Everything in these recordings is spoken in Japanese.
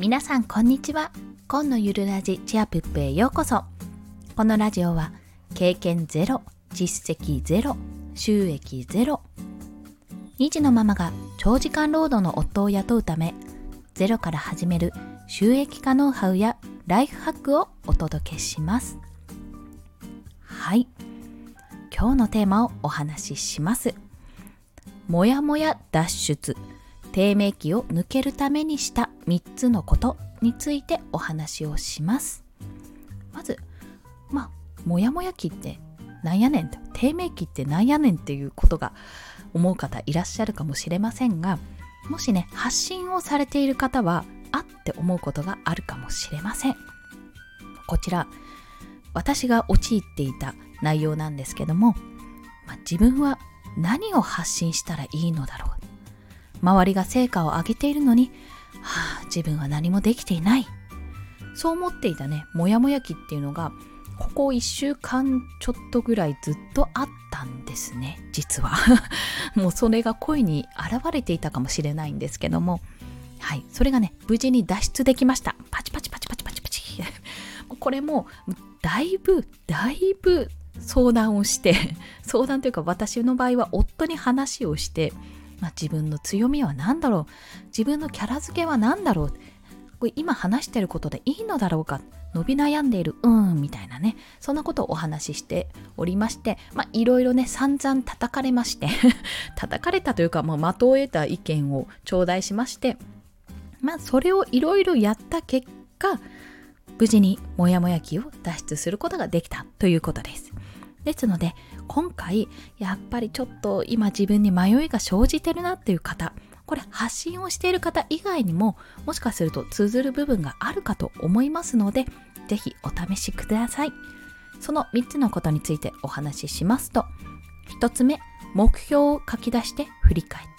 皆さんこんにちは。今のゆるラジチアプップへようこそ。このラジオは経験ゼロ、実績ゼロ、収益ゼロ、2児のママが長時間労働の夫を雇うためゼロから始める収益化ノウハウやライフハックをお届けします。はい、今日のテーマをお話しします。もやもや脱出、低迷期を抜けるためにした3つのことについてお話をします。まず、もやもや期ってなんやねんと、低迷期ってなんやねんっていうことが思う方いらっしゃるかもしれませんが、もしね、発信をされている方はって思うことがあるかもしれません。こちら、私が陥っていた内容なんですけども、自分は何を発信したらいいのだろう。周りが成果を上げているのに、自分は何もできていない。そう思っていたね、もやもや期っていうのが、ここ1週間ちょっとぐらいずっとあったんですね、実は。もうそれが声に現れていたかもしれないんですけども、はい、それがね、無事に脱出できました。パチパチパチパチパチパチ。これもだいぶ相談をして、相談というか私の場合は夫に話をして、自分の強みは何だろう、自分のキャラ付けは何だろう、これ今話してることでいいのだろうか、伸び悩んでいるみたいなね、そんなことをお話ししておりまして、いろいろね、散々叩かれまして叩かれたというか、的を得た意見を頂戴しまして、それをいろいろやった結果、無事にもやもや期を脱出することができたということです。ですので、今回やっぱりちょっと今自分に迷いが生じてるなっていう方、これ発信をしている方以外にももしかすると通ずる部分があるかと思いますので、ぜひお試しください。その3つのことについてお話ししますと、1つ目、目標を書き出して振り返った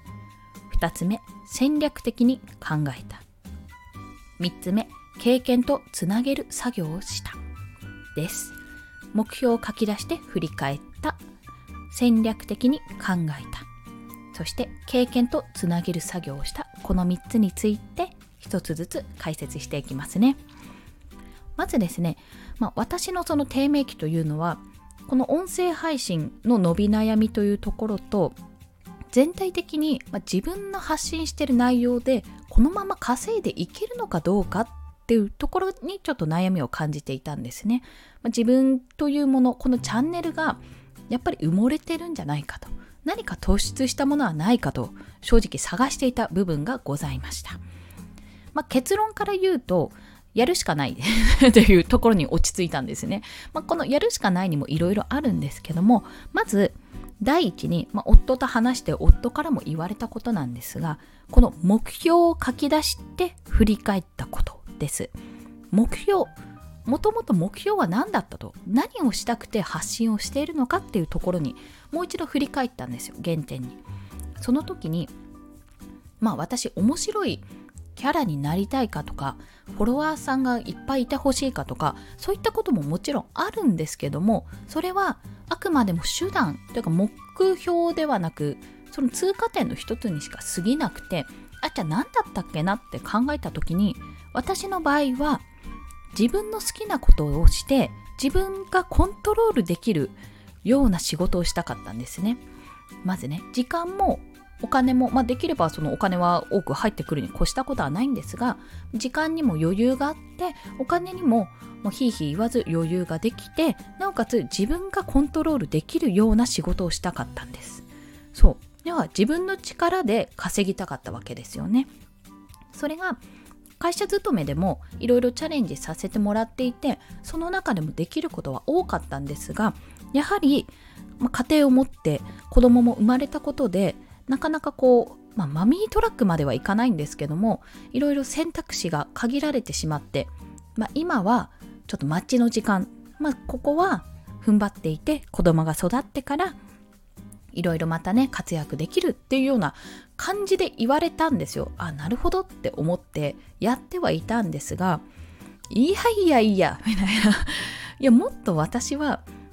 。2つ目、戦略的に考えた。3つ目、経験とつなげる作業をしたです。目標を書き出して振り返った、戦略的に考えた、そして経験とつなげる作業をした、この3つについて一つずつ解説していきますね。まずですね、私のその低迷期というのは、この音声配信の伸び悩みというところと、全体的に自分の発信している内容でこのまま稼いでいけるのかどうかっていうところにちょっと悩みを感じていたんですね。自分というもの、このチャンネルがやっぱり埋もれてるんじゃないかと、何か突出したものはないかと正直探していた部分がございました。結論から言うと、やるしかないというところに落ち着いたんですね。このやるしかないにもいろいろあるんですけども、まず第一に、夫と話して夫からも言われたことなんですが、この目標を書き出して振り返ったことです。目標、もともと目標は何だったと、何をしたくて発信をしているのかっていうところにもう一度振り返ったんですよ、原点に。その時に私面白いキャラになりたいかとか、フォロワーさんがいっぱいいてほしいかとか、そういったことももちろんあるんですけども、それはあくまでも手段というか目標ではなく、その通過点の一つにしか過ぎなくて、じゃあ何だったっけなって考えた時に、私の場合は自分の好きなことをして自分がコントロールできるような仕事をしたかったんですね。まずね、時間もお金も、できればそのお金は多く入ってくるに越したことはないんですが、時間にも余裕があって、お金にもひいひい言わず余裕ができて、なおかつ自分がコントロールできるような仕事をしたかったんです。そう。では自分の力で稼ぎたかったわけですよね。それが会社勤めでもいろいろチャレンジさせてもらっていて、その中でもできることは多かったんですが、やはり家庭を持って子供も生まれたことで、なかなかマミートラックまではいかないんですけども、いろいろ選択肢が限られてしまって、今はちょっと待ちの時間、ここは踏ん張っていて、子供が育ってからいろいろまたね活躍できるっていうような感じで言われたんですよ。なるほどって思ってやってはいたんですが、いやみたいな、もっと私は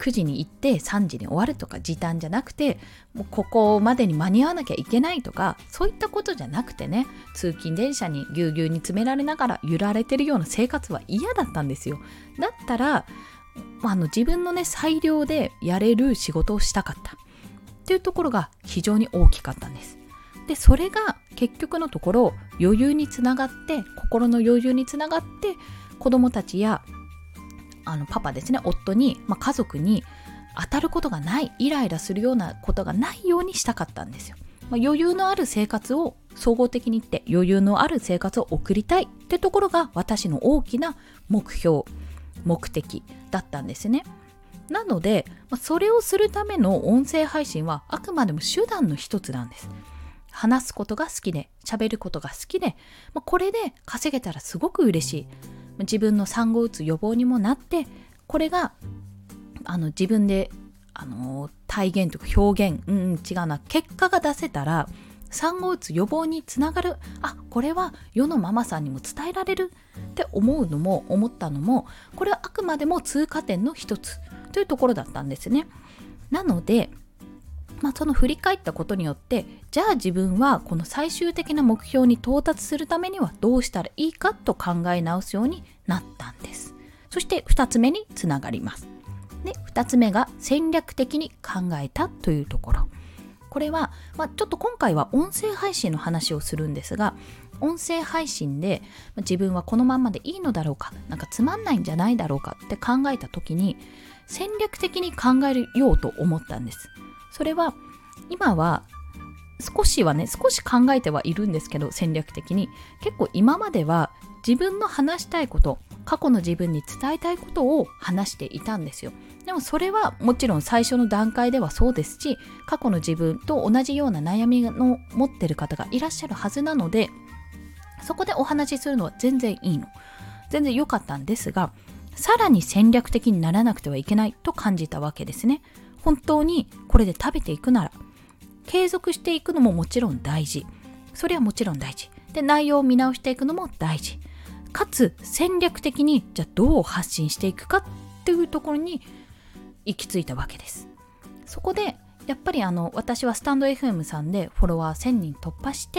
9時に行って3時に終わるとか時短じゃなくて、もうここまでに間に合わなきゃいけないとか、そういったことじゃなくてね、通勤電車にぎゅうぎゅうに詰められながら揺られてるような生活は嫌だったんですよ。だったら自分のね裁量でやれる仕事をしたかったっていうところが非常に大きかったんです。でそれが結局のところ余裕につながって、心の余裕につながって、子供たちやパパですね、夫に、家族に当たることがない、イライラするようなことがないようにしたかったんですよ。余裕のある生活を、総合的に言って余裕のある生活を送りたいってところが私の大きな目標、目的だったんですね。なのでそれをするための音声配信はあくまでも手段の一つなんです。話すことが好きで、喋ることが好きで、これで稼げたらすごく嬉しい。自分の産後うつ予防にもなって、これが自分で体現というか表現、違うな、結果が出せたら産後うつ予防につながる、これは世のママさんにも伝えられるって思ったのも、これはあくまでも通過点の一つというところだったんですね。なのでその振り返ったことによって、じゃあ自分はこの最終的な目標に到達するためにはどうしたらいいかと考え直すようになったんです。そして2つ目につながります。で2つ目が戦略的に考えたというところ。これは、ちょっと今回は音声配信の話をするんですが、音声配信で自分はこのまんまでいいのだろうか、なんかつまんないんじゃないだろうかって考えた時に、戦略的に考えようと思ったんです。それは今は少し考えてはいるんですけど、戦略的に結構今までは自分の話したいこと、過去の自分に伝えたいことを話していたんですよ。でもそれはもちろん最初の段階ではそうですし、過去の自分と同じような悩みの持ってる方がいらっしゃるはずなので、そこでお話しするのは全然いいの、全然良かったんですが、さらに戦略的にならなくてはいけないと感じたわけですね。本当にこれで食べていくなら継続していくのももちろん大事、それはもちろん大事で、内容を見直していくのも大事、かつ戦略的にじゃあどう発信していくかっていうところに行き着いたわけです。そこでやっぱり私はスタンド FM さんでフォロワー1000人突破して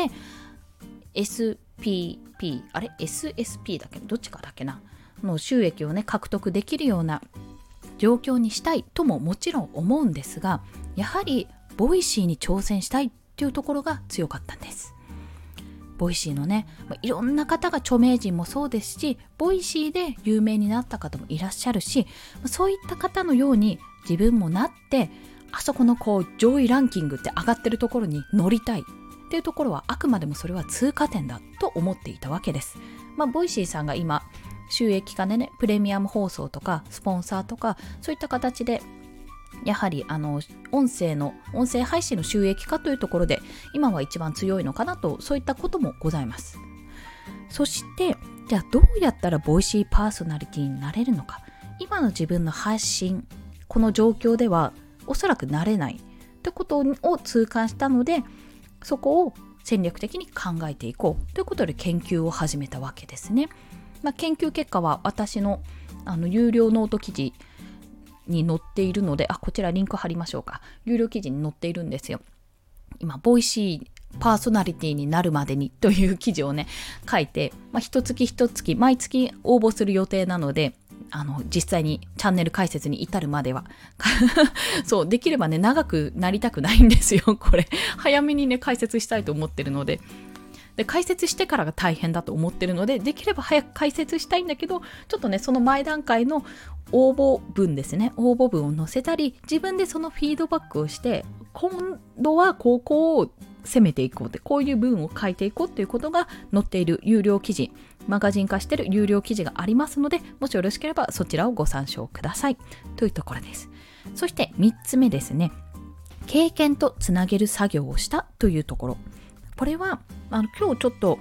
SSP だっけ、どっちかだっけなの収益をね獲得できるような状況にしたいとももちろん思うんですが、やはりボイシーに挑戦したいっていうところが強かったんです。ボイシーのね、いろんな方が著名人もそうですし、ボイシーで有名になった方もいらっしゃるし、そういった方のように自分もなって、あそこの上位ランキングって上がってるところに乗りたいっていうところは、あくまでもそれは通過点だと思っていたわけです。ボイシーさんが今収益化でね、プレミアム放送とかスポンサーとかそういった形でやはり音声配信の収益化というところで今は一番強いのかなと、そういったこともございます。そしてじゃあどうやったらボイシーパーソナリティになれるのか。今の自分の発信、この状況ではおそらくなれないってことを痛感したので、そこを戦略的に考えていこうということで研究を始めたわけですね。研究結果は私の有料ノート記事に載っているので、こちらリンク貼りましょうか。有料記事に載っているんですよ。今ボイシーパーソナリティになるまでにという記事をね書いて、一月毎月応募する予定なので、実際にチャンネル開設に至るまではそうできればね長くなりたくないんですよ。これ早めにね開設したいと思ってるので、開設してからが大変だと思ってるので、できれば早く開設したいんだけど、ちょっとねその前段階の応募文ですね、応募文を載せたり、自分でそのフィードバックをして、今度はここを攻めていこうって、こういう文を書いていこうっていうことが載っている有料記事、マガジン化している有料記事がありますので、もしよろしければそちらをご参照くださいというところです。そして3つ目ですね、経験とつなげる作業をしたというところ。これは今日ちょっと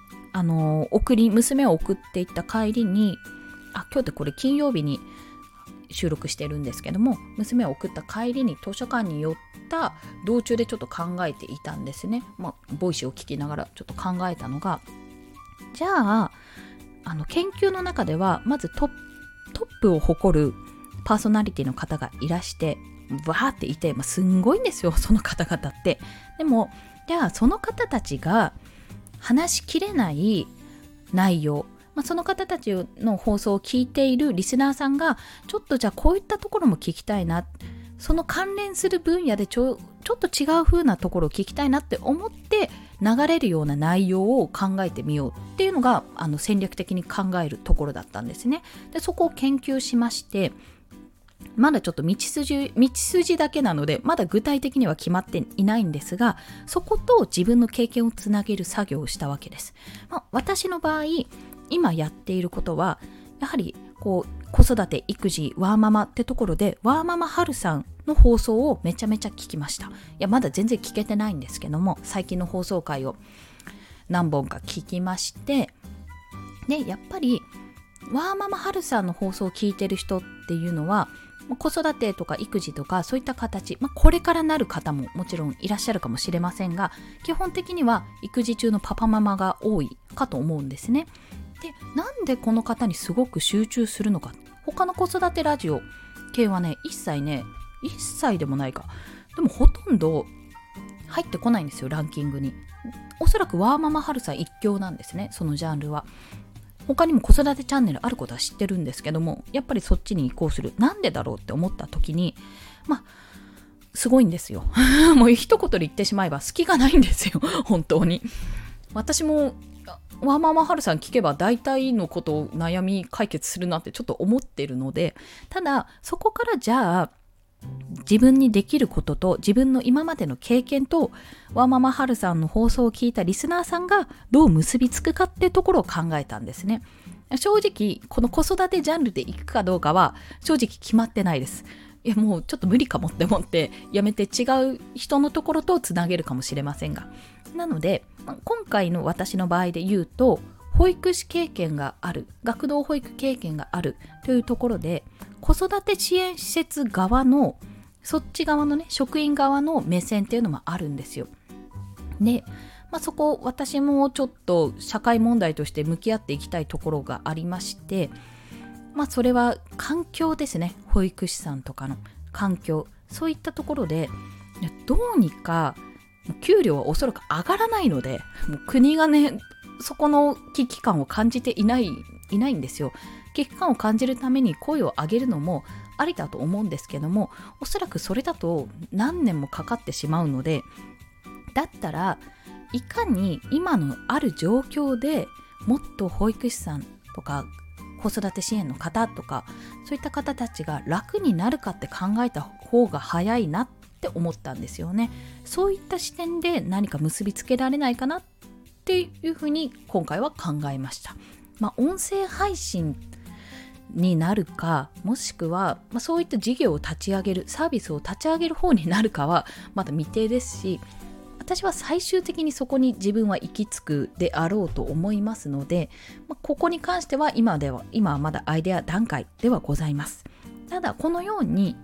娘を送っていった帰りに、今日ってこれ金曜日に収録してるんですけども、娘を送った帰りに図書館に寄った道中でちょっと考えていたんですね。ボイシーを聞きながらちょっと考えたのが、じゃあ研究の中ではまずトップを誇るパーソナリティの方がいらしてわーっていて、すんごいんですよその方々って。でもじゃあその方たちが話しきれない内容、その方たちの放送を聞いているリスナーさんがちょっとじゃあこういったところも聞きたいな、その関連する分野でちょっと違う風なところを聞きたいなって思って流れるような内容を考えてみようっていうのが戦略的に考えるところだったんですね。でそこを研究しまして、まだちょっと道筋だけなのでまだ具体的には決まっていないんですが、そこと自分の経験をつなげる作業をしたわけです。私の場合今やっていることはやはり子育て育児ワーママってところでワーママはるさんの放送をめちゃめちゃ聞きました。いやまだ全然聞けてないんですけども、最近の放送回を何本か聞きまして、でやっぱりワーママはるさんの放送を聞いてる人っていうのは子育てとか育児とかそういった形、これからなる方ももちろんいらっしゃるかもしれませんが、基本的には育児中のパパママが多いかと思うんですね。でなんでこの方にすごく集中するのか、他の子育てラジオ系は一切でもないか、でもほとんど入ってこないんですよランキングに。おそらくワーママはるさん一強なんですね、そのジャンルは。他にも子育てチャンネルあることは知ってるんですけども、やっぱりそっちに移行する、なんでだろうって思った時にすごいんですよもう一言で言ってしまえば隙がないんですよ本当に。私もワーママはるさん聞けば大体のことを悩み解決するなってちょっと思ってるので、ただそこからじゃあ自分にできることと自分の今までの経験とワーママはるさんの放送を聞いたリスナーさんがどう結びつくかってところを考えたんですね。正直この子育てジャンルで行くかどうかは正直決まってないです。いやもうちょっと無理かもって思ってやめて違う人のところとつなげるかもしれませんが、なので今回の私の場合で言うと保育士経験がある、学童保育経験があるというところで子育て支援施設側のそっち側の職員側の目線っていうのもあるんですよ。で、そこ私もちょっと社会問題として向き合っていきたいところがありまして、それは環境ですね。保育士さんとかの環境、そういったところでどうにか給料はおそらく上がらないので、もう国がそこの危機感を感じていないんですよ。危機感を感じるために声を上げるのもありだと思うんですけども、おそらくそれだと何年もかかってしまうので、だったらいかに今のある状況でもっと保育士さんとか子育て支援の方とかそういった方たちが楽になるかって考えた方が早いなって思ったんですよね。そういった視点で何か結びつけられないかなっていうふうに今回は考えました。音声配信になるか、もしくは、そういった事業を立ち上げる、サービスを立ち上げる方になるかはまだ未定ですし、私は最終的にそこに自分は行き着くであろうと思いますので、ここに関しては今はまだアイデア段階ではございます。ただこのように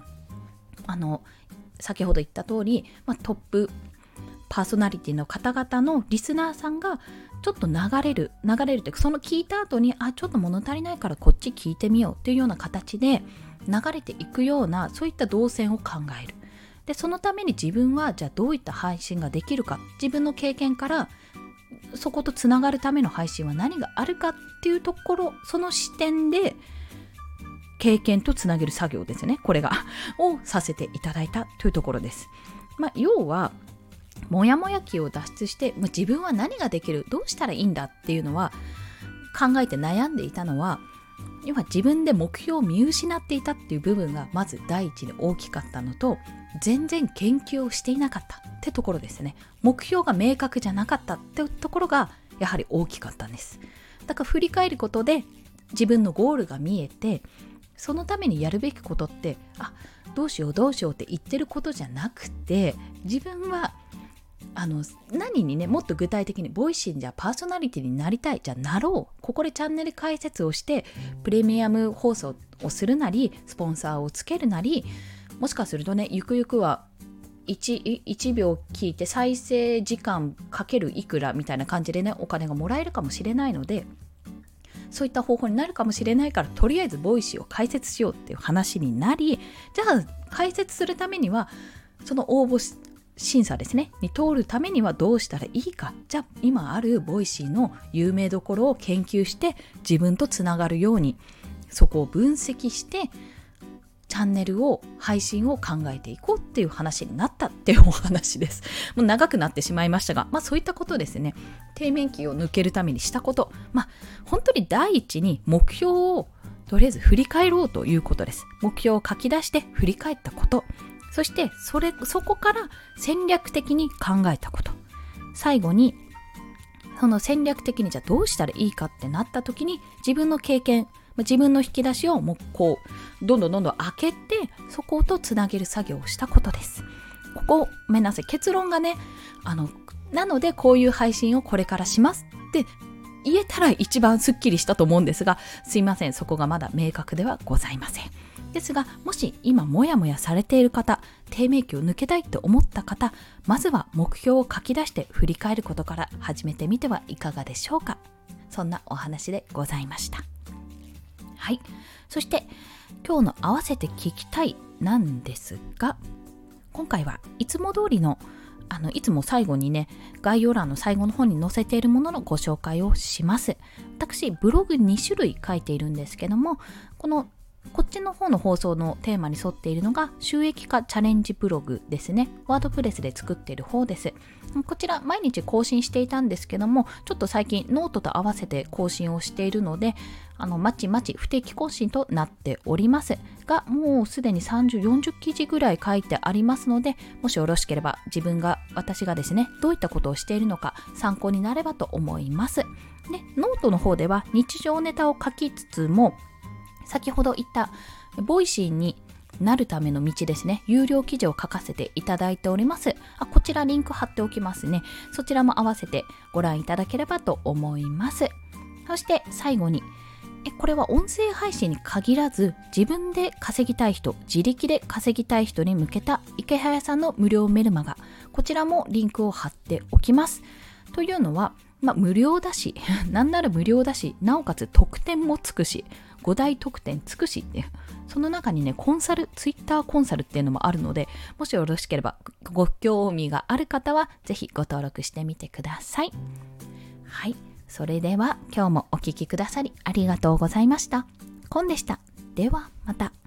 先ほど言った通り、トップパーソナリティの方々のリスナーさんがちょっと流れるというか、その聞いた後にちょっと物足りないからこっち聞いてみようというような形で流れていくような、そういった動線を考える。でそのために自分はじゃあどういった配信ができるか、自分の経験からそことつながるための配信は何があるかっていうところ、その視点で経験とつなげる作業ですね、これがをさせていただいたというところです。要はモヤモヤ期を脱出して、自分は何ができる、どうしたらいいんだっていうのは考えて悩んでいたのは、要は自分で目標を見失っていたっていう部分がまず第一に大きかったのと、全然研究をしていなかったってところですね。目標が明確じゃなかったってところがやはり大きかったんです。だから振り返ることで自分のゴールが見えて、そのためにやるべきことってどうしようって言ってることじゃなくて、自分は何にもっと具体的にボイシーじゃパーソナリティになりたい、じゃあなろう、ここでチャンネル開設をしてプレミアム放送をするなり、スポンサーをつけるなり、もしかするとゆくゆくは 1秒聞いて再生時間かけるいくらみたいな感じでお金がもらえるかもしれないので、 そういった方法になるかもしれないから、とりあえずボイシーを開設しようっていう話になり、じゃあ開設するためにはその応募審査ですねに通るためにはどうしたらいいか、じゃあ今あるボイシーの有名どころを研究して自分とつながるようにそこを分析してチャンネル配信を考えていこうっていう話になったっていうお話です。もう長くなってしまいましたが、そういったことですね。低迷期を抜けるためにしたこと、本当に第一に目標をとりあえず振り返ろうということです。目標を書き出して振り返ったこと、そしてそこから戦略的に考えたこと、最後にその戦略的にじゃあどうしたらいいかってなった時に自分の経験、自分の引き出しをもうこうどんどん開けてそことつなげる作業をしたことです。ここごめんなさい、結論がねなのでこういう配信をこれからしますって言えたら一番スッキリしたと思うんですが、すいません、そこがまだ明確ではございません。ですが、もし今もやもやされている方、低迷期を抜けたいと思った方、まずは目標を書き出して振り返ることから始めてみてはいかがでしょうか。そんなお話でございました。はい、そして今日の合わせて聞きたいなんですが、今回はいつも通りのいつも最後にね、概要欄の最後の方に載せているもののご紹介をします。私ブログ2種類書いているんですけども、こっちの方の放送のテーマに沿っているのが収益化チャレンジブログですね。ワードプレスで作っている方です。こちら毎日更新していたんですけども、ちょっと最近ノートと合わせて更新をしているので、まちまち不定期更新となっておりますが、もうすでに30、40記事ぐらい書いてありますので、もしよろしければ私がですね、どういったことをしているのか参考になればと思います。で、ノートの方では日常ネタを書きつつも、先ほど言ったボイシーになるための道ですね、有料記事を書かせていただいております。こちらリンク貼っておきますね。そちらも合わせてご覧いただければと思います。そして最後に、これは音声配信に限らず、自分で稼ぎたい人、自力で稼ぎたい人に向けた池早さんの無料メルマガ、こちらもリンクを貼っておきます。というのは、無料だし、なんなら無料だし、なおかつ特典もつくし、5大特典つくしって、その中にね、ツイッターコンサルっていうのもあるので、もしよろしければご興味がある方はぜひご登録してみてください。はい、それでは今日もお聞きくださりありがとうございました。コンでした。ではまた。